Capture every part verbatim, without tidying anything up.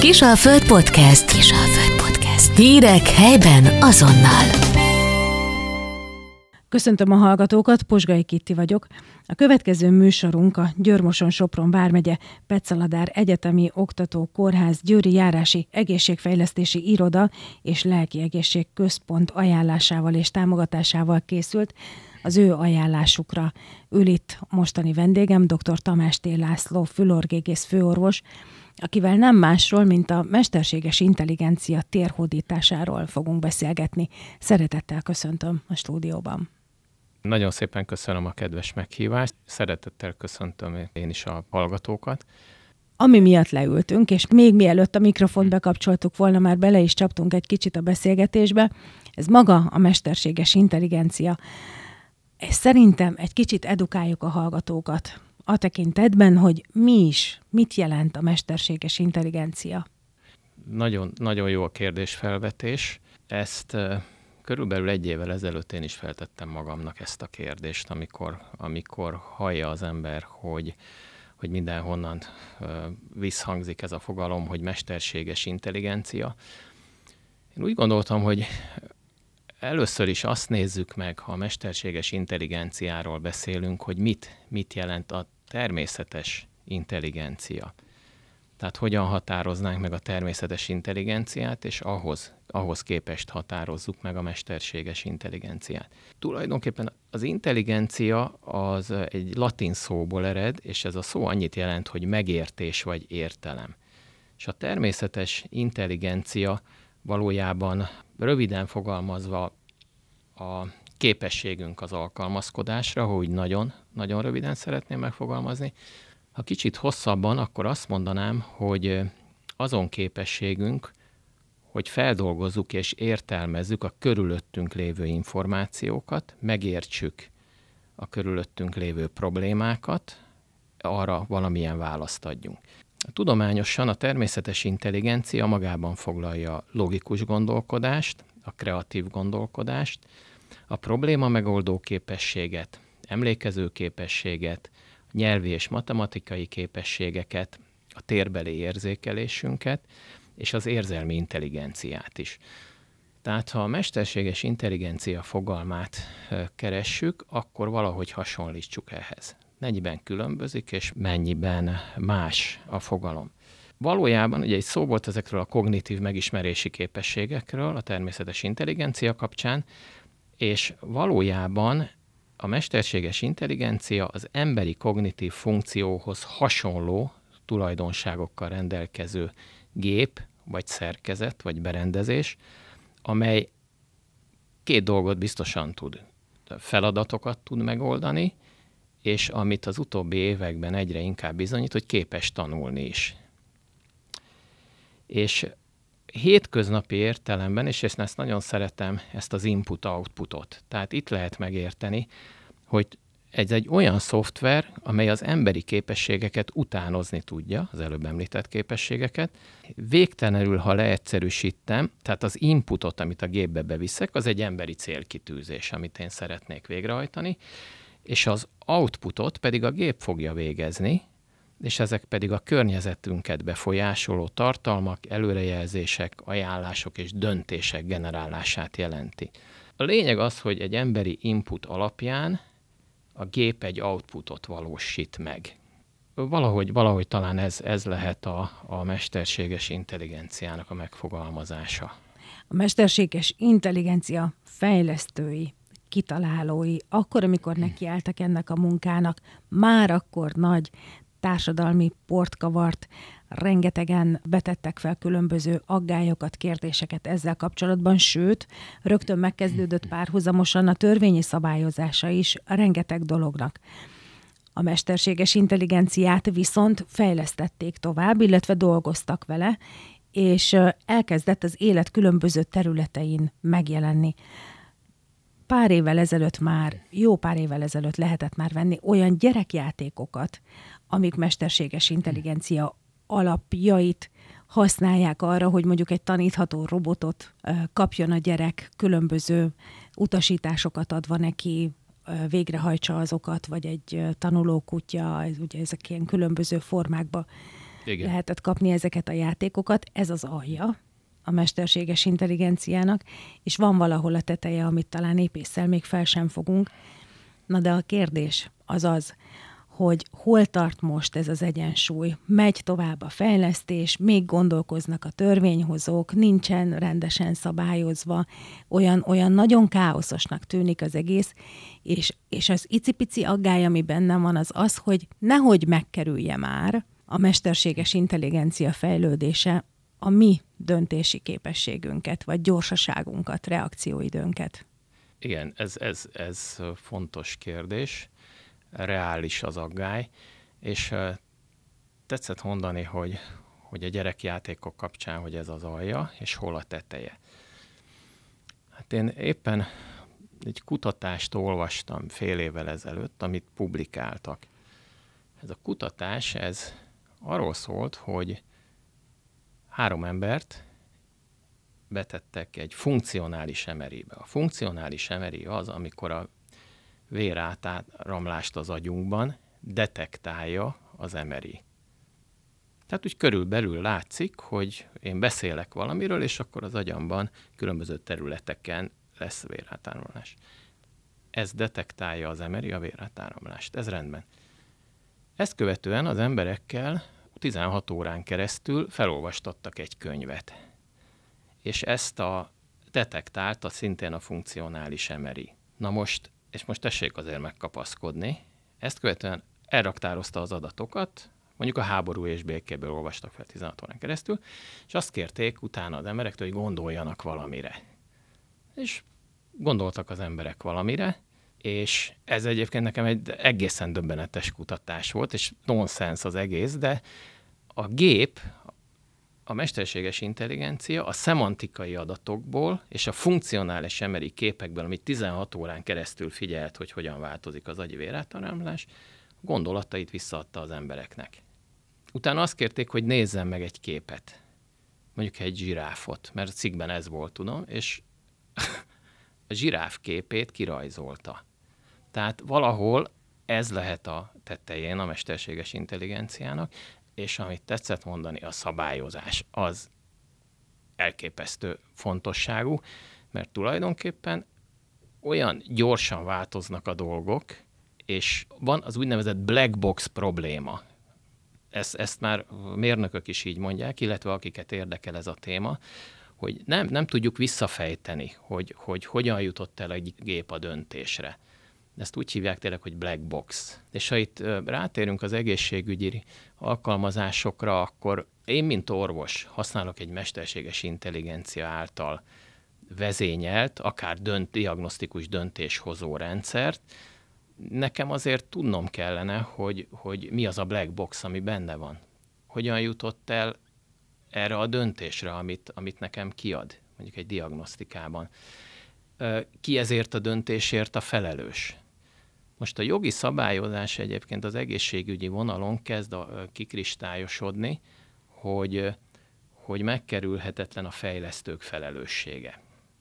Kisalföld Podcast. Kisalföld Podcast. Hírek helyben azonnal. Köszöntöm a hallgatókat, Posgai Kitti vagyok. A következő műsorunk a Győr-Moson-Sopron vármegye Petszaládár Egyetemi Oktató Kórház Győri Járási Egészségfejlesztési Iroda és Lelki Egészség Központ ajánlásával és támogatásával készült. Az ő ajánlásukra ül itt mostani vendégem, dr. Tamás T. László, fülorgégész főorvos, akivel nem másról, mint a mesterséges intelligencia térhódításáról fogunk beszélgetni. Szeretettel köszöntöm a stúdióban. Nagyon szépen köszönöm a kedves meghívást, szeretettel köszöntöm én is a hallgatókat. Ami miatt leültünk, és még mielőtt a mikrofont bekapcsoltuk volna, már bele is csaptunk egy kicsit a beszélgetésbe, ez maga a mesterséges intelligencia. És szerintem egy kicsit edukáljuk a hallgatókat a tekintetben, hogy mi is, mit jelent a mesterséges intelligencia. Nagyon, nagyon jó a kérdésfelvetés. Ezt uh, körülbelül egy évvel ezelőtt én is feltettem magamnak ezt a kérdést, amikor, amikor hallja az ember, hogy, hogy mindenhonnan uh, visszhangzik ez a fogalom, hogy mesterséges intelligencia. Én úgy gondoltam, hogy először is azt nézzük meg, ha a mesterséges intelligenciáról beszélünk, hogy mit, mit jelent a természetes intelligencia. Tehát hogyan határoznánk meg a természetes intelligenciát, és ahhoz, ahhoz képest határozzuk meg a mesterséges intelligenciát. Tulajdonképpen az intelligencia az egy latin szóból ered, és ez a szó annyit jelent, hogy megértés vagy értelem. És a természetes intelligencia valójában röviden fogalmazva a képességünk az alkalmazkodásra, hogy nagyon, nagyon röviden szeretném megfogalmazni. Ha kicsit hosszabban, akkor azt mondanám, hogy azon képességünk, hogy feldolgozzuk és értelmezzük a körülöttünk lévő információkat, megértsük a körülöttünk lévő problémákat, arra valamilyen választ adjunk. Tudományosan a természetes intelligencia magában foglalja a logikus gondolkodást, a kreatív gondolkodást, a probléma megoldó képességet, emlékező képességet, nyelvi és matematikai képességeket, a térbeli érzékelésünket, és az érzelmi intelligenciát is. Tehát ha a mesterséges intelligencia fogalmát keressük, akkor valahogy hasonlítsuk ehhez. Mennyiben különbözik, és mennyiben más a fogalom. Valójában ugye egy szó volt ezekről a kognitív megismerési képességekről a természetes intelligencia kapcsán, és valójában a mesterséges intelligencia az emberi kognitív funkcióhoz hasonló tulajdonságokkal rendelkező gép, vagy szerkezet, vagy berendezés, amely két dolgot biztosan tud. Feladatokat tud megoldani, és amit az utóbbi években egyre inkább bizonyít, hogy képes tanulni is. És hétköznapi értelemben, és ezt, ezt nagyon szeretem, ezt az input-outputot. Tehát itt lehet megérteni, hogy ez egy olyan szoftver, amely az emberi képességeket utánozni tudja, az előbb említett képességeket. Végtelenül, ha leegyszerűsítem, tehát az inputot, amit a gépbe beviszek, az egy emberi célkitűzés, amit én szeretnék végrehajtani, és az outputot pedig a gép fogja végezni, és ezek pedig a környezetünket befolyásoló tartalmak, előrejelzések, ajánlások és döntések generálását jelenti. A lényeg az, hogy egy emberi input alapján a gép egy outputot valósít meg. Valahogy, valahogy talán ez, ez lehet a, a mesterséges intelligenciának a megfogalmazása. A mesterséges intelligencia fejlesztői, kitalálói, akkor, amikor nekiálltak ennek a munkának, már akkor nagy társadalmi port kavart, rengetegen betettek fel különböző aggályokat, kérdéseket ezzel kapcsolatban, sőt, rögtön megkezdődött párhuzamosan a törvényi szabályozása is rengeteg dolognak. A mesterséges intelligenciát viszont fejlesztették tovább, illetve dolgoztak vele, és elkezdett az élet különböző területein megjelenni. Pár évvel ezelőtt már, jó pár évvel ezelőtt lehetett már venni olyan gyerekjátékokat, amik mesterséges intelligencia alapjait használják arra, hogy mondjuk egy tanítható robotot kapjon a gyerek, különböző utasításokat adva neki, végrehajtsa azokat, vagy egy tanulókutya, ugye ezek ilyen különböző formákba Igen. lehetett kapni ezeket a játékokat. Ez az alja a mesterséges intelligenciának, és van valahol a teteje, amit talán épésszel még fel sem fogunk. Na de a kérdés az az, hogy hol tart most ez az egyensúly. Megy tovább a fejlesztés, még gondolkoznak a törvényhozók, nincsen rendesen szabályozva, olyan, olyan nagyon káoszosnak tűnik az egész, és, és az icipici aggály, ami bennem van, az az, hogy nehogy megkerülje már a mesterséges intelligencia fejlődése a mi döntési képességünket, vagy gyorsaságunkat, reakcióidőnket. Igen, ez, ez, ez fontos kérdés, reális az aggály, és uh, tetszett mondani, hogy, hogy a gyerekjátékok kapcsán, hogy ez az alja, és hol a teteje. Hát én éppen egy kutatást olvastam fél évvel ezelőtt, amit publikáltak. Ez a kutatás, ez arról szólt, hogy három embert betettek egy funkcionális em er i-be. A funkcionális em er i az, amikor a vérátáramlást az agyunkban detektálja az em er i. Tehát úgy körülbelül látszik, hogy én beszélek valamiről, és akkor az agyamban különböző területeken lesz vérátáramlás. Ez detektálja az em er i a vérátáramlást. Ez rendben. Ezt követően az emberekkel tizenhat órán keresztül felolvastattak egy könyvet. És ezt a detektálta szintén a funkcionális em er i. Na most, és most tessék azért megkapaszkodni, ezt követően elraktározta az adatokat, mondjuk a háború és békéből olvastak fel tizenhat órán keresztül, és azt kérték utána az emberektől, hogy gondoljanak valamire. És gondoltak az emberek valamire, és ez egyébként nekem egy egészen döbbenetes kutatás volt, és nonsens az egész, de a gép, a mesterséges intelligencia a szemantikai adatokból és a funkcionális em er i képekből, amit tizenhat órán keresztül figyelt, hogy hogyan változik az agyi vérátáramlás, gondolatait visszaadta az embereknek. Utána azt kérték, hogy nézzen meg egy képet, mondjuk egy zsiráfot, mert a cikkben ez volt, tudom, és a zsiráf képét kirajzolta. Tehát valahol ez lehet a tetején a mesterséges intelligenciának, és amit tetszett mondani, a szabályozás az elképesztő fontosságú, mert tulajdonképpen olyan gyorsan változnak a dolgok, és van az úgynevezett black box probléma. Ezt, ezt már mérnökök is így mondják, illetve akiket érdekel ez a téma, hogy nem, nem tudjuk visszafejteni, hogy, hogy hogyan jutott el egy gép a döntésre. Ezt úgy hívják tényleg, hogy black box. És ha itt rátérünk az egészségügyi alkalmazásokra, akkor én, mint orvos használok egy mesterséges intelligencia által vezényelt, akár dönt, diagnosztikus döntéshozó rendszert. Nekem azért tudnom kellene, hogy, hogy mi az a black box, ami benne van. Hogyan jutott el erre a döntésre, amit, amit nekem kiad, mondjuk egy diagnosztikában. Ki ezért a döntésért a felelős? Most a jogi szabályozás egyébként az egészségügyi vonalon kezd a, kikristályosodni, hogy, hogy megkerülhetetlen a fejlesztők felelőssége.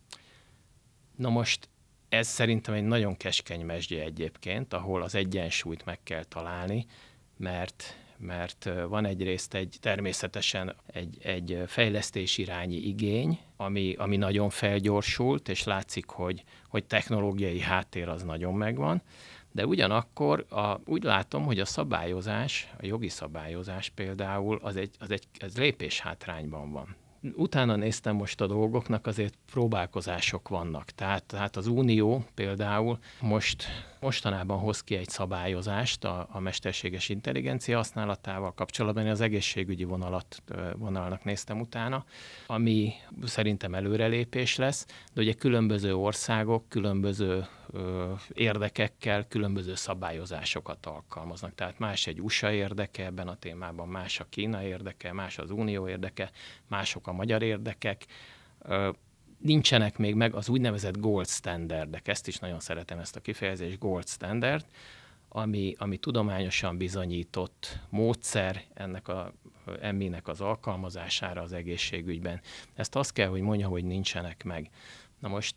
Na most ez szerintem egy nagyon keskeny mesdje egyébként, ahol az egyensúlyt meg kell találni, mert, mert van egyrészt egy természetesen egy, egy fejlesztésirányi igény, ami, ami nagyon felgyorsult, és látszik, hogy, hogy technológiai háttér az nagyon megvan, de ugyanakkor a, úgy látom, hogy a szabályozás, a jogi szabályozás például az egy, az egy az lépés hátrányban van. Utána néztem most a dolgoknak, azért próbálkozások vannak. Tehát, tehát az Unió például most mostanában hoz ki egy szabályozást a, a mesterséges intelligencia használatával kapcsolatban. Én az egészségügyi vonalat, vonalnak néztem utána, ami szerintem előrelépés lesz, de ugye különböző országok, különböző ö, érdekekkel különböző szabályozásokat alkalmaznak. Tehát más egy u es á érdeke ebben a témában, más a Kína érdeke, más az Unió érdeke, mások a magyar érdekek. Ö, nincsenek még meg az úgynevezett gold standardek, ezt is nagyon szeretem, ezt a kifejezést, gold standard, ami, ami tudományosan bizonyított módszer ennek a em i-nek az alkalmazására az egészségügyben. Ezt azt kell, hogy mondja, hogy nincsenek meg. Na most,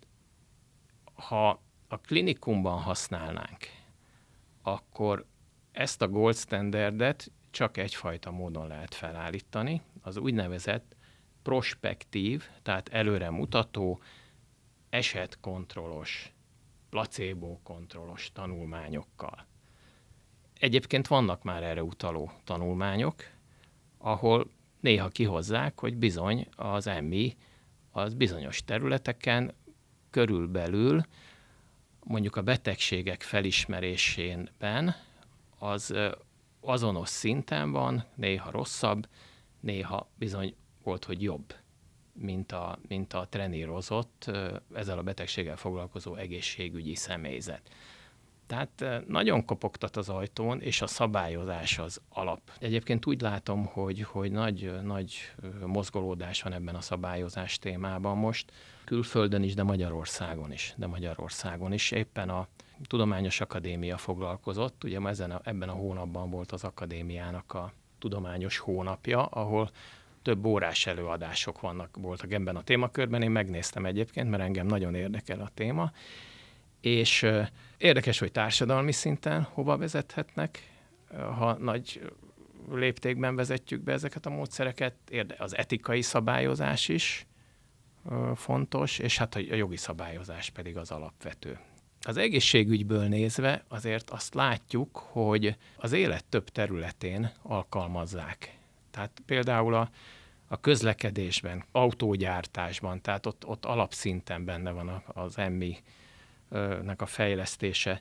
ha a klinikumban használnánk, akkor ezt a gold standardet csak egyfajta módon lehet felállítani, az úgynevezett prospektív, tehát előremutató, esetkontrollos, placebo-kontrollos tanulmányokkal. Egyébként vannak már erre utaló tanulmányok, ahol néha kihozzák, hogy bizony az em i az bizonyos területeken körülbelül mondjuk a betegségek felismerésében az azonos szinten van, néha rosszabb, néha bizony volt, hogy jobb, mint a, mint a trenírozott, ezzel a betegséggel foglalkozó egészségügyi személyzet. Tehát nagyon kopogtat az ajtón, és a szabályozás az alap. Egyébként úgy látom, hogy, hogy nagy, nagy mozgolódás van ebben a szabályozás témában most, külföldön is, de Magyarországon is. De Magyarországon is. Éppen a Tudományos Akadémia foglalkozott, ugye ezen a, ebben a hónapban volt az akadémiának a tudományos hónapja, ahol több órás előadások vannak, voltak ebben a témakörben. Én megnéztem egyébként, mert engem nagyon érdekel a téma, és uh, érdekes, hogy társadalmi szinten hova vezethetnek, ha nagy léptékben vezetjük be ezeket a módszereket. Érde- az etikai szabályozás is uh, fontos, és hát a jogi szabályozás pedig az alapvető. Az egészségügyből nézve azért azt látjuk, hogy az élet több területén alkalmazzák. Tehát például a, a közlekedésben, autógyártásban, tehát ott, ott alapszinten benne van az em i-nek a fejlesztése.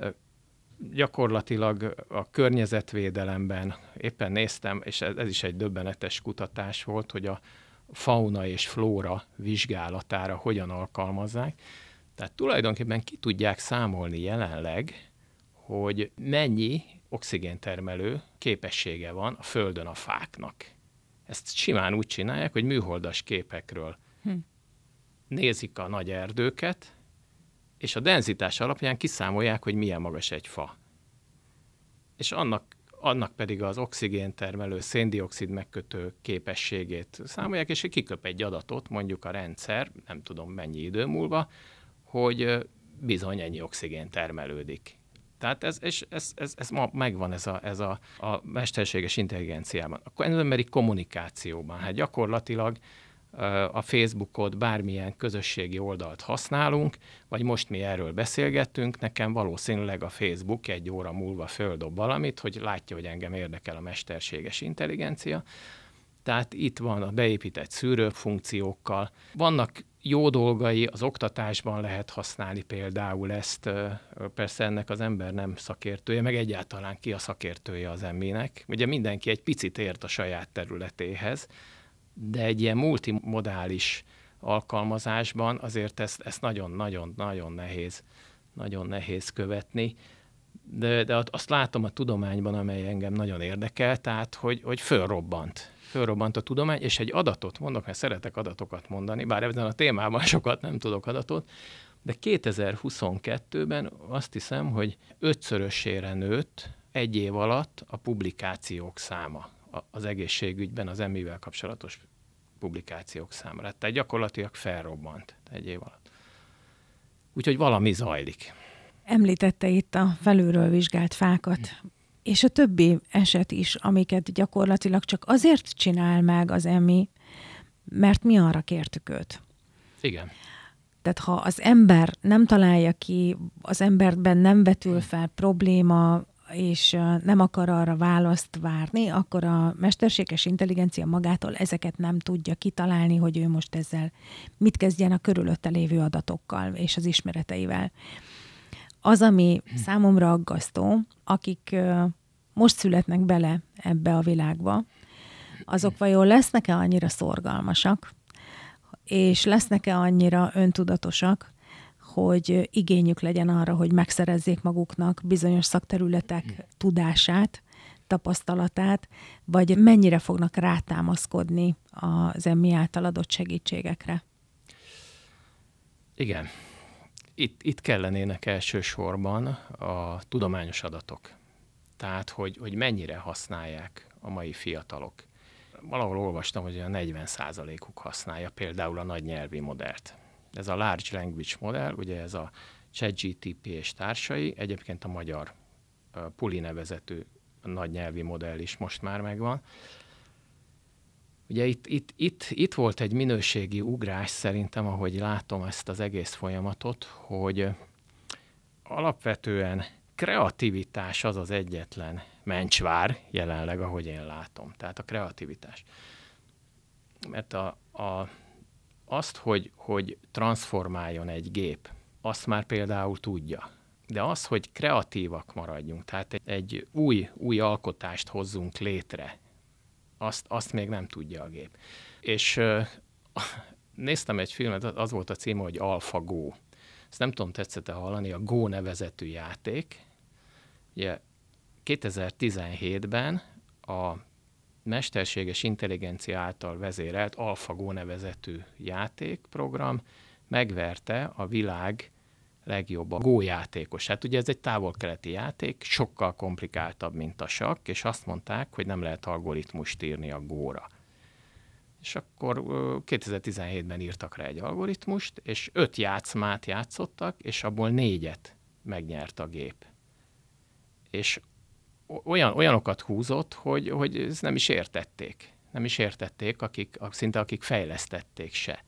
Gyakorlatilag a környezetvédelemben éppen néztem, és ez, ez is egy döbbenetes kutatás volt, hogy a fauna és flóra vizsgálatára hogyan alkalmazzák. Tehát tulajdonképpen ki tudják számolni jelenleg, hogy mennyi oxigéntermelő képessége van a Földön a fáknak. Ezt simán úgy csinálják, hogy műholdas képekről hm. nézik a nagy erdőket, és a denzitás alapján kiszámolják, hogy milyen magas egy fa. És annak, annak pedig az oxigéntermelő, széndioxid megkötő képességét számolják, és kiköp egy adatot, mondjuk a rendszer, nem tudom mennyi idő múlva, hogy bizony ennyi oxigén termelődik. Tehát ez, és ez, ez, ez ma megvan ez a, ez a, a mesterséges intelligenciában. Akkor az emberi kommunikációban, hát gyakorlatilag a Facebookot, bármilyen közösségi oldalt használunk, vagy most mi erről beszélgettünk, nekem valószínűleg a Facebook egy óra múlva földob valamit, hogy látja, hogy engem érdekel a mesterséges intelligencia. Tehát itt van a beépített szűrőfunkciókkal. Vannak jó dolgai, az oktatásban lehet használni például ezt, persze ennek az ember nem szakértője, meg egyáltalán ki a szakértője az em i-nek. Ugye mindenki egy picit ért a saját területéhez, de egy ilyen multimodális alkalmazásban azért ezt, ezt nagyon-nagyon-nagyon nehéz, nagyon nehéz követni. De, de azt látom a tudományban, amely engem nagyon érdekel, tehát hogy, hogy fölrobbant. Fölrobbant a tudomány, és egy adatot mondok, mert szeretek adatokat mondani, bár ebben a témában sokat nem tudok adatot, de kétezer-huszonkettőben azt hiszem, hogy ötszörösére nőtt egy év alatt a publikációk száma az egészségügyben, az em i-vel kapcsolatos publikációk száma. Tehát gyakorlatilag felrobbant egy év alatt. Úgyhogy valami zajlik. Említette itt a felülről vizsgált fákat, és a többi eset is, amiket gyakorlatilag csak azért csinál meg az em i, mert mi arra kértük őt. Igen. Tehát ha az ember nem találja ki, az emberben nem vetül fel probléma, és nem akar arra választ várni, akkor a mesterséges intelligencia magától ezeket nem tudja kitalálni, hogy ő most ezzel mit kezdjen a körülötte lévő adatokkal és az ismereteivel. Az, ami számomra aggasztó, akik most születnek bele ebbe a világba, azok vajon lesznek-e annyira szorgalmasak, és lesznek-e annyira öntudatosak, hogy igényük legyen arra, hogy megszerezzék maguknak bizonyos szakterületek tudását, tapasztalatát, vagy mennyire fognak rátámaszkodni az em i által adott segítségekre? Igen. Itt, itt kellenének elsősorban a tudományos adatok. Tehát, hogy, hogy mennyire használják a mai fiatalok. Valahol olvastam, hogy a negyven százalékuk használja például a nagy nyelvi modellt. Ez a Large Language Model, ugye ez a ChatGPT és társai, egyébként a magyar uh, Puli nevezetű nagy nyelvi modell is most már megvan. Ugye itt, itt, itt, itt volt egy minőségi ugrás szerintem, ahogy látom ezt az egész folyamatot, hogy alapvetően kreativitás az az egyetlen mencsvár jelenleg, ahogy én látom. Tehát a kreativitás. Mert a, a, azt, hogy, hogy transformáljon egy gép, azt már például tudja. De az, hogy kreatívak maradjunk, tehát egy, egy új, új alkotást hozzunk létre, azt, azt még nem tudja a gép. És uh, néztem egy filmet, az volt a címe, hogy AlphaGo. Ezt nem tudom, tetszett-e hallani, a Go nevezetű játék. Ugye kétezer-tizenhétben a mesterséges intelligencia által vezérelt AlphaGo nevezetű játékprogram megverte a világ legjobb a Go játékos. Hát ugye ez egy távol-keleti játék, sokkal komplikáltabb, mint a sakk, és azt mondták, hogy nem lehet algoritmust írni a Go-ra. És akkor kétezer-tizenhétben írtak rá egy algoritmust, és öt játszmát játszottak, és abból négyet megnyert a gép. És olyan, olyanokat húzott, hogy, hogy ezt nem is értették. Nem is értették, akik, szinte akik fejlesztették se.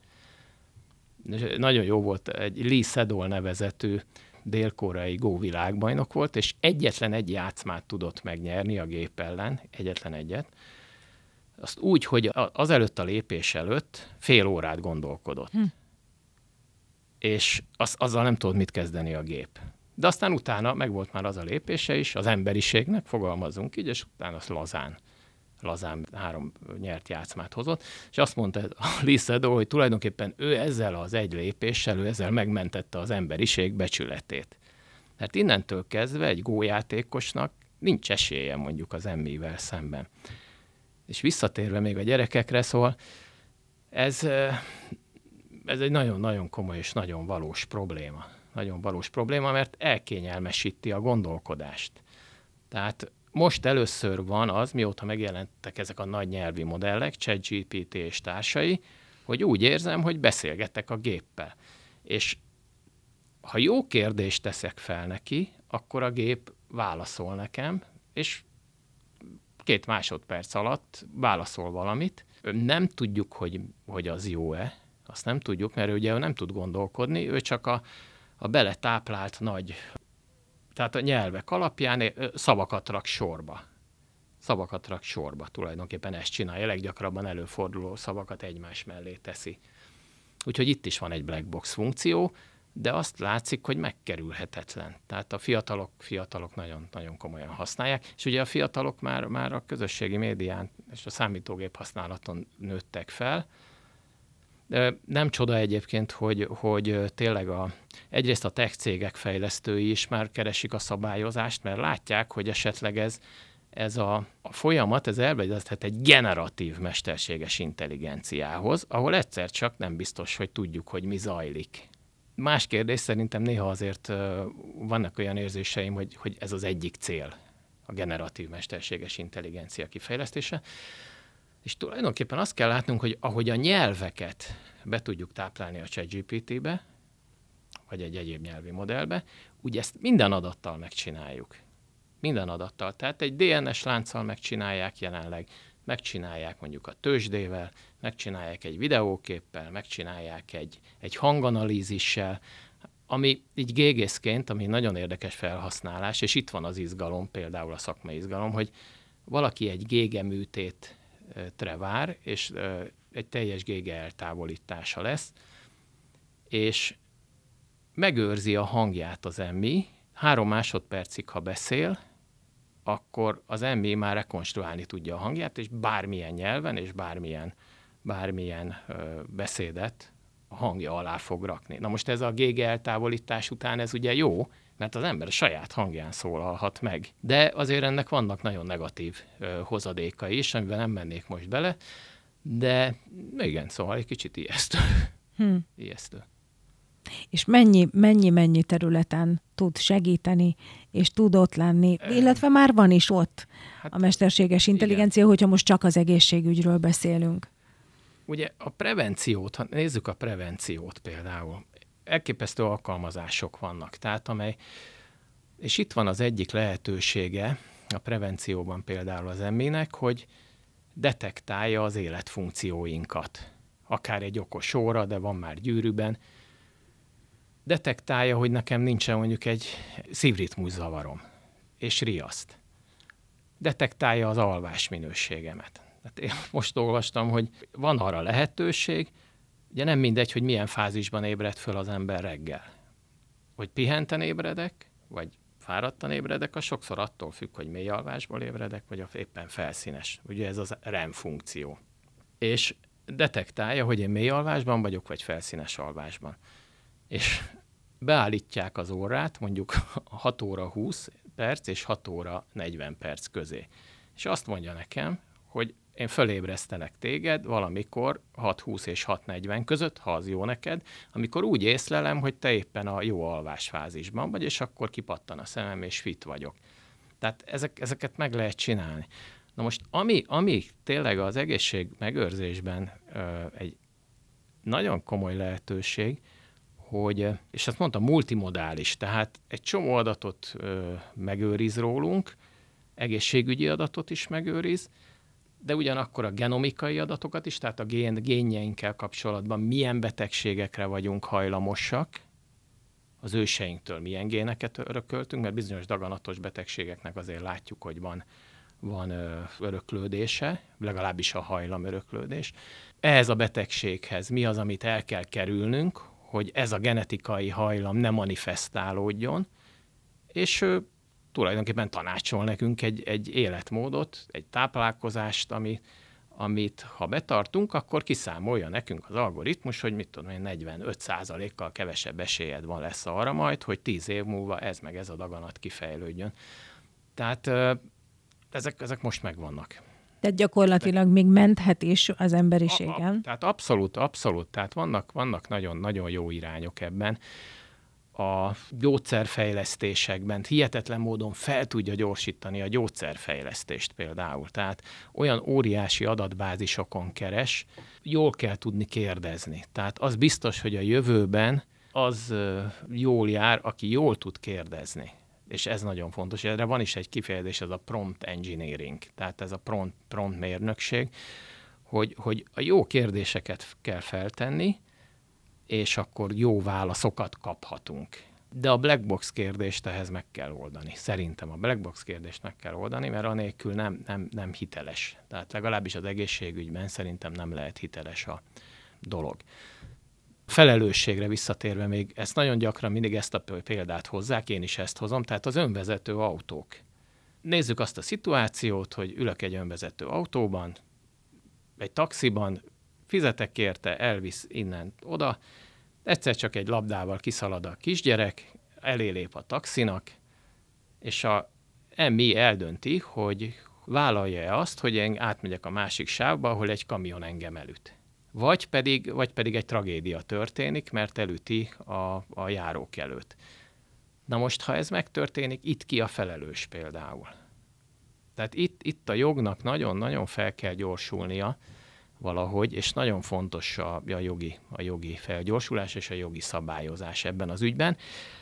Nagyon jó volt, egy Lee Sedol nevezetű dél-koreai Go világbajnok volt, és egyetlen egy játszmát tudott megnyerni a gép ellen, egyetlen egyet. Azt úgy, hogy azelőtt a lépés előtt fél órát gondolkodott. Hm. És az, azzal nem tudod mit kezdeni a gép. De aztán utána megvolt már az a lépése is, az emberiségnek, fogalmazunk így, és utána az lazán, lazán három nyert játszmát hozott, és azt mondta a Lee Sedol, hogy tulajdonképpen ő ezzel az egy lépéssel, ő ezzel megmentette az emberiség becsületét. Mert innentől kezdve egy Go játékosnak nincs esélye mondjuk az emmivel szemben. És visszatérve még a gyerekekre, szóval ez, ez egy nagyon-nagyon komoly és nagyon valós probléma. Nagyon valós probléma, mert elkényelmesíti a gondolkodást. Tehát most először van az, mióta megjelentek ezek a nagy nyelvi modellek, ChatGPT és társai, hogy úgy érzem, hogy beszélgetek a géppel. És ha jó kérdést teszek fel neki, akkor a gép válaszol nekem, és két másodperc alatt válaszol valamit. Nem tudjuk, hogy, hogy az jó-e, azt nem tudjuk, mert ugye ő nem tud gondolkodni, ő csak a, a beletáplált nagy, tehát a nyelvek alapján szavakat rak sorba. Szavakat rak sorba, tulajdonképpen ezt csinálja, leggyakrabban előforduló szavakat egymás mellé teszi. Úgyhogy itt is van egy black box funkció, de azt látszik, hogy megkerülhetetlen. Tehát a fiatalok, fiatalok nagyon, nagyon komolyan használják, és ugye a fiatalok már, már a közösségi médián és a számítógép használaton nőttek fel. De nem csoda egyébként, hogy, hogy tényleg a, egyrészt a tech cégek fejlesztői is már keresik a szabályozást, mert látják, hogy esetleg ez, ez a, a folyamat, ez elvezethet egy generatív mesterséges intelligenciához, ahol egyszer csak nem biztos, hogy tudjuk, hogy mi zajlik. Más kérdés, szerintem néha azért uh, vannak olyan érzéseim, hogy, hogy ez az egyik cél, a generatív mesterséges intelligencia kifejlesztése. És tulajdonképpen azt kell látnunk, hogy ahogy a nyelveket be tudjuk táplálni a ChatGPT-be, vagy egy egyéb nyelvi modellbe, úgy ezt minden adattal megcsináljuk. Minden adattal. Tehát egy dé en es lánccal megcsinálják jelenleg, megcsinálják mondjuk a tőzsdével, megcsinálják egy videóképpel, megcsinálják egy, egy hanganalízissel, ami így gégészként, ami nagyon érdekes felhasználás, és itt van az izgalom, például a szakmai izgalom, hogy valaki egy gégeműtétre vár, és egy teljes gége eltávolítása lesz, és megőrzi a hangját az emmi, három másodpercig, ha beszél, akkor az emmi már rekonstruálni tudja a hangját, és bármilyen nyelven, és bármilyen, bármilyen ö, beszédet a hangja alá fog rakni. Na most ez a gége eltávolítás után ez ugye jó, mert az ember a saját hangján szólalhat meg. De azért ennek vannak nagyon negatív ö, hozadékai is, amiben nem mennék most bele, de igen, szóval egy kicsit ijesztő. Hm. ijesztő. És mennyi, mennyi, mennyi területen tud segíteni, és tud ott lenni, illetve már van is ott hát, a mesterséges intelligencia, igen. Hogyha most csak az egészségügyről beszélünk. Ugye a prevenciót, ha nézzük a prevenciót például, elképesztő alkalmazások vannak, tehát amely, és itt van az egyik lehetősége a prevencióban például az emmének, hogy detektálja az életfunkcióinkat. Akár egy okos óra, de van már gyűrűben. Detektálja, hogy nekem nincsen mondjuk egy szívritmuszavarom, és riaszt. Detektálja az alvás minőségemet. Hát én most olvastam, hogy van arra lehetőség, ugye nem mindegy, hogy milyen fázisban ébred föl az ember reggel. Hogy pihenten ébredek, vagy fáradtan ébredek, az sokszor attól függ, hogy mély alvásból ébredek, vagy éppen felszínes. Ugye ez az er e em funkció. És detektálja, hogy én mély alvásban vagyok, vagy felszínes alvásban. És beállítják az órát, mondjuk hat óra húsz perc és hat óra negyven perc közé. És azt mondja nekem, hogy én fölébresztelek téged valamikor hat húsz és hat negyven között, ha az jó neked, amikor úgy észlelem, hogy te éppen a jó alvásfázisban vagy, és akkor kipattan a szemem, és fit vagyok. Tehát ezek, ezeket meg lehet csinálni. Na most, ami, ami tényleg az egészség megőrzésben ö, egy nagyon komoly lehetőség, hogy, és azt mondtam, multimodális, tehát egy csomó adatot ö, megőriz rólunk, egészségügyi adatot is megőriz, de ugyanakkor a genomikai adatokat is, tehát a gén, génjeinkkel kapcsolatban milyen betegségekre vagyunk hajlamosak, az őseinktől milyen géneket örököltünk, mert bizonyos daganatos betegségeknek azért látjuk, hogy van, van ö, öröklődése, legalábbis a hajlam öröklődés. Ehhez a betegséghez mi az, amit el kell kerülnünk, hogy ez a genetikai hajlam ne manifestálódjon, és ö, tulajdonképpen tanácsol nekünk egy, egy életmódot, egy táplálkozást, ami, amit ha betartunk, akkor kiszámolja nekünk az algoritmus, hogy mit tudom én, negyvenöt százalékkal kevesebb esélyed van lesz arra majd, hogy tíz év múlva ez meg ez a daganat kifejlődjön. Tehát ezek, ezek most megvannak. Tehát gyakorlatilag még menthet is az emberiségen. A, a, tehát abszolút, abszolút. Tehát vannak, vannak nagyon, nagyon jó irányok ebben. A gyógyszerfejlesztésekben hihetetlen módon fel tudja gyorsítani a gyógyszerfejlesztést például. Tehát olyan óriási adatbázisokon keres, jól kell tudni kérdezni. Tehát az biztos, hogy a jövőben az jól jár, aki jól tud kérdezni. És ez nagyon fontos. Erre van is egy kifejezés, ez a prompt engineering, tehát ez a prompt, prompt mérnökség, hogy, hogy a jó kérdéseket kell feltenni, és akkor jó válaszokat kaphatunk. De a black box kérdést ehhez meg kell oldani. Szerintem a black box kérdést meg kell oldani, mert anélkül nem, nem, nem hiteles. Tehát legalábbis az egészségügyben szerintem nem lehet hiteles a dolog. Felelősségre visszatérve még, ezt nagyon gyakran mindig ezt a példát hozzák, én is ezt hozom, tehát az önvezető autók. Nézzük azt a szituációt, hogy ülök egy önvezető autóban, egy taxiban, fizetek érte, elvisz innen oda, egyszer csak egy labdával kiszalad a kisgyerek, elélép a taxinak, és a em i eldönti, hogy vállalja-e azt, hogy én átmegyek a másik sávba, ahol egy kamion engem elüt. Vagy pedig, vagy pedig egy tragédia történik, mert elüti a, a járókelőt. Na most, ha ez megtörténik, itt ki a felelős például. Tehát itt, itt a jognak nagyon-nagyon fel kell gyorsulnia valahogy, és nagyon fontos a, a, jogi, a jogi felgyorsulás és a jogi szabályozás ebben az ügyben.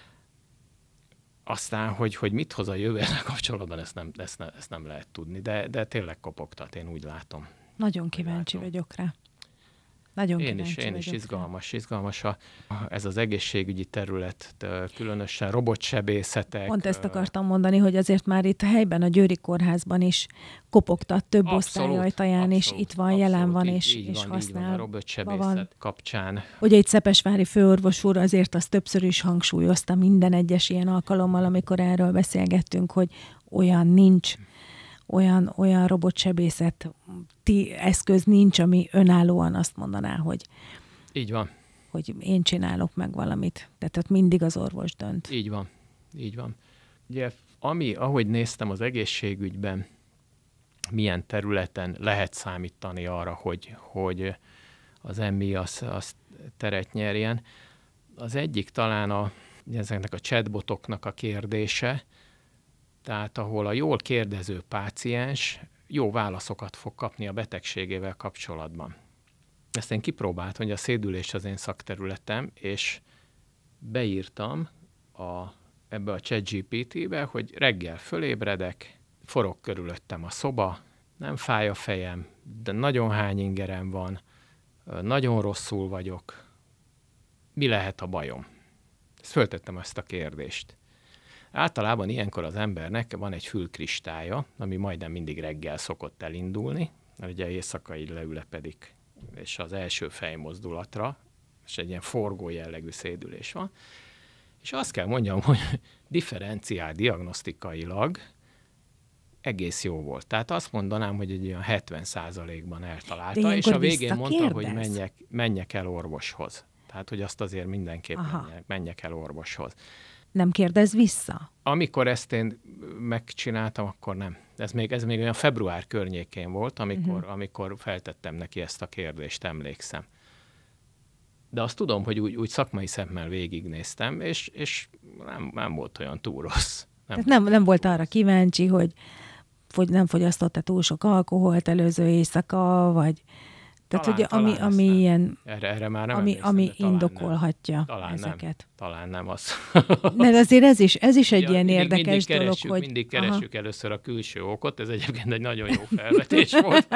Aztán, hogy, hogy mit hoz a jövőre kapcsolatban, ezt nem, ezt, ne, ezt nem lehet tudni, de, de tényleg kopogtat, én úgy látom. Nagyon kíváncsi látom. vagyok rá. Nagyon én is, én is izgalmas, izgalmas a, ez az egészségügyi terület, különösen robotsebészetek. Pont ezt akartam mondani, hogy azért már itt helyben a Győri Kórházban is kopogtat több osztály ajtaján, és itt van, abszolút, jelen van, így, és, így és van, használ. Van, a robotsebészet van. Kapcsán. Ugye egy Szepesvári főorvos úr azért azt többször is hangsúlyozta minden egyes ilyen alkalommal, amikor erről beszélgettünk, hogy olyan nincs, olyan, olyan robotsebészeti eszköz nincs, ami önállóan azt mondaná, hogy, így van. hogy én csinálok meg valamit. Tehát ott mindig az orvos dönt. Így van, így van. Ugye, ami, ahogy néztem az egészségügyben, milyen területen lehet számítani arra, hogy, hogy az em i az, az teret nyerjen. Az egyik talán a, ezeknek a chatbotoknak a kérdése, tehát ahol a jól kérdező páciens jó válaszokat fog kapni a betegségével kapcsolatban. Ezt én kipróbáltam, hogy a szédülés az én szakterületem, és beírtam a, ebbe a ChatGPT-be, hogy reggel fölébredek, forog körülöttem a szoba, nem fáj a fejem, de nagyon hány ingerem van, nagyon rosszul vagyok. Mi lehet a bajom? Ezt föltettem ezt a kérdést. Általában ilyenkor az embernek van egy fülkristálya, ami majdnem mindig reggel szokott elindulni, ugye éjszakai leülepedik, és az első fejmozdulatra, és egy ilyen forgó jellegű szédülés van. És azt kell mondjam, hogy differenciál diagnosztikailag egész jó volt. Tehát azt mondanám, hogy egy olyan hetven százalékban eltalálta, és a végén mondta, hogy menjek, menjek el orvoshoz. Tehát, hogy azt azért mindenképp menjek, menjek el orvoshoz. Nem kérdez vissza? Amikor ezt én megcsináltam, akkor nem. Ez még, ez még olyan február környékén volt, amikor, uh-huh. amikor feltettem neki ezt a kérdést, emlékszem. De azt tudom, hogy úgy, úgy szakmai szemmel végignéztem, és, és nem, nem volt olyan túl rossz. Nem, Tehát nem, nem volt arra kíváncsi, hogy fogy, nem fogyasztott-e túl sok alkoholt előző éjszaka, vagy... Tehát, talán, hogy ami, ami ilyen... Erre, erre már nem ami, ami indokolhatja nem. Talán ezeket. Nem. Talán nem az. De azért ez is, ez is egy ja, ilyen mindig, érdekes mindig dolog, keressük, hogy... Mindig keressük aha. először a külső okot, ez egyébként egy nagyon jó felvetés volt.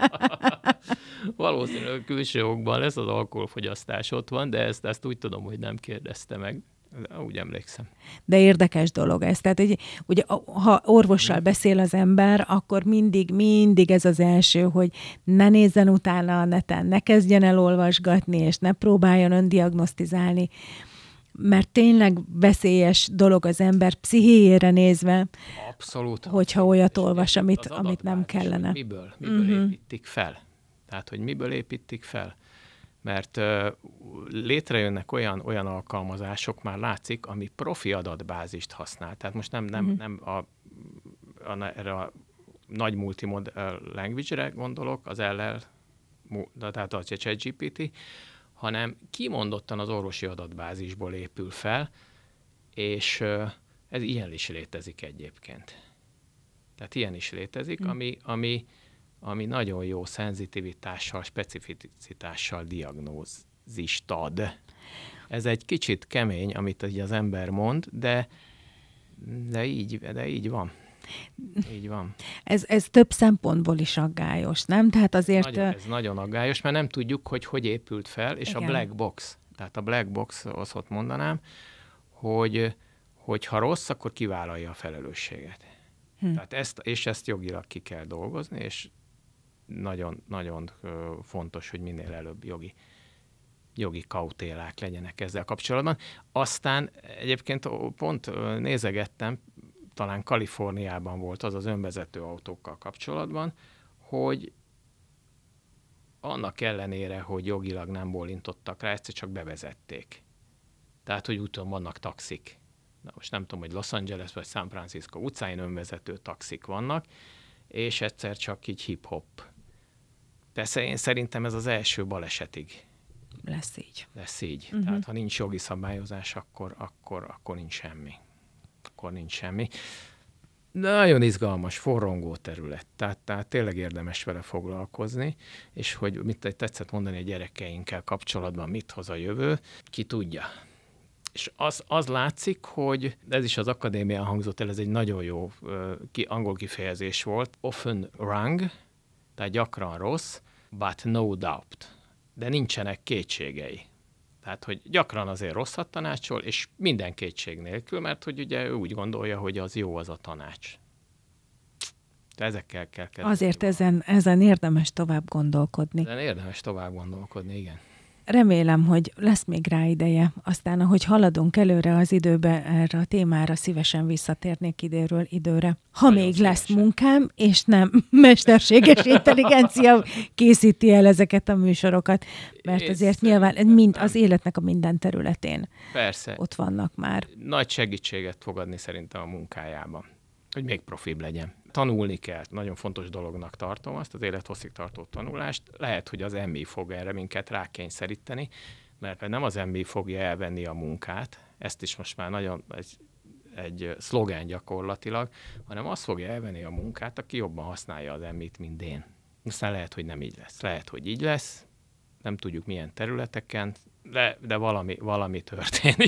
Valószínűleg a külső okban lesz az alkoholfogyasztás ott van, de ezt, ezt úgy tudom, hogy nem kérdezte meg. Úgy emlékszem. De érdekes dolog ez. Tehát, hogy, ugye, ha orvossal beszél az ember, akkor mindig, mindig ez az első, hogy ne nézzen utána a neten, ne kezdjen el olvasgatni, és ne próbáljon öndiagnosztizálni, mert tényleg veszélyes dolog az ember pszichéjére nézve, abszolút, hogyha olyat olvas, amit, amit nem kellene. Miből, miből uh-huh. építik fel? Tehát, hogy miből építik fel? Mert uh, létrejönnek olyan, olyan alkalmazások, már látszik, ami profi adatbázist használ. Tehát most nem, nem, uh-huh. nem a, a, erre a nagy multimod language-re gondolok, az el el, tehát a ChatGPT, hanem kimondottan az orvosi adatbázisból épül fel, és uh, ez ilyen is létezik egyébként. Tehát ilyen is létezik, uh-huh. ami... ami ami nagyon jó szenzitivitással, specificitással diagnózist ad. Ez egy kicsit kemény, amit az ember mond, de, de, így, de így van. Így van. Ez, ez több szempontból is aggályos, nem? Tehát azért... Nagyon, ez nagyon aggályos, mert nem tudjuk, hogy hogy épült fel, és igen. a black box, tehát a black box-hoz ott mondanám, hogy, hogy ha rossz, akkor kivállalja a felelősséget. Hm. Tehát ezt, és ezt jogilag ki kell dolgozni, és nagyon, nagyon fontos, hogy minél előbb jogi, jogi kautélák legyenek ezzel kapcsolatban. Aztán egyébként pont nézegettem, talán Kaliforniában volt az az önvezető autókkal kapcsolatban, hogy annak ellenére, hogy jogilag nem bólintottak rá, egyszer csak bevezették. Tehát, hogy úton vannak taxik. Na most nem tudom, hogy Los Angeles vagy San Francisco utcáin önvezető taxik vannak, és egyszer csak így hip-hop. Persze én szerintem ez az első balesetig. Lesz így. Lesz így. Uh-huh. Tehát ha nincs jogi szabályozás, akkor, akkor, akkor nincs semmi. Akkor nincs semmi. De nagyon izgalmas, forrongó terület. Tehát, tehát tényleg érdemes vele foglalkozni, és hogy mit tetszett mondani a gyerekeinkkel kapcsolatban, mit hoz a jövő, ki tudja. És az, az látszik, hogy ez is az akadémián hangzott el, ez egy nagyon jó ki, angol kifejezés volt, often wrong, tehát gyakran rossz, but no doubt, de nincsenek kétségei. Tehát, hogy gyakran azért rosszat tanácsol, és minden kétség nélkül, mert hogy ugye ő úgy gondolja, hogy az jó az a tanács. De ezekkel kell kezdeni. Azért ezen, ezen érdemes tovább gondolkodni. Ezen érdemes tovább gondolkodni, igen. Remélem, hogy lesz még rá ideje. Aztán, ahogy haladunk előre az időbe, erre a témára szívesen visszatérnék időről időre. Ha Nagyon még szívesen. Lesz munkám, és nem mesterséges intelligencia készíti el ezeket a műsorokat, mert Én azért nyilván mind az életnek a minden területén Persze. ott vannak már. Nagy segítséget fog adni szerintem a munkájában, hogy még profibb legyen. Tanulni kell, nagyon fontos dolognak tartom azt, az élethosszig tartó tanulást. Lehet, hogy az em i fog erre minket rákényszeríteni, mert nem az em i fogja elvenni a munkát, ezt is most már nagyon egy, egy szlogán gyakorlatilag, hanem azt fogja elvenni a munkát, aki jobban használja az em i-t, mint én. Aztán lehet, hogy nem így lesz. Lehet, hogy így lesz, nem tudjuk milyen területeken, de, de valami, valami történik.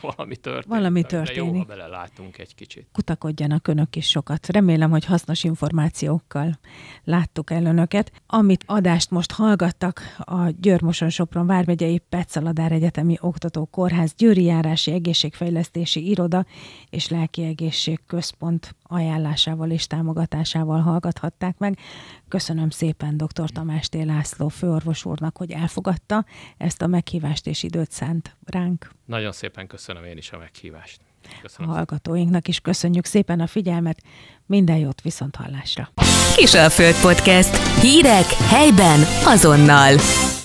valami történik. Valami De történik. jó, ha belelátunk egy kicsit. Kutakodjanak önök is sokat. Remélem, hogy hasznos információkkal láttuk el önöket. Amit adást most hallgattak, a Győr-Moson-Sopron vármegyei Petszaladár Egyetemi Oktató Kórház Győri járási egészségfejlesztési iroda és lelki egészség központ ajánlásával és támogatásával hallgathatták meg. Köszönöm szépen dr. Tamás T. László főorvos úrnak, hogy elfogadta ezt a meghívást és időt szánt ránk. Nagyon szépen köszönöm én is a meghívást. Köszönöm A hallgatóinknak is köszönjük szépen a figyelmet, minden jót, viszont hallásra. Kisalföld Podcast. Hírek helyben azonnal.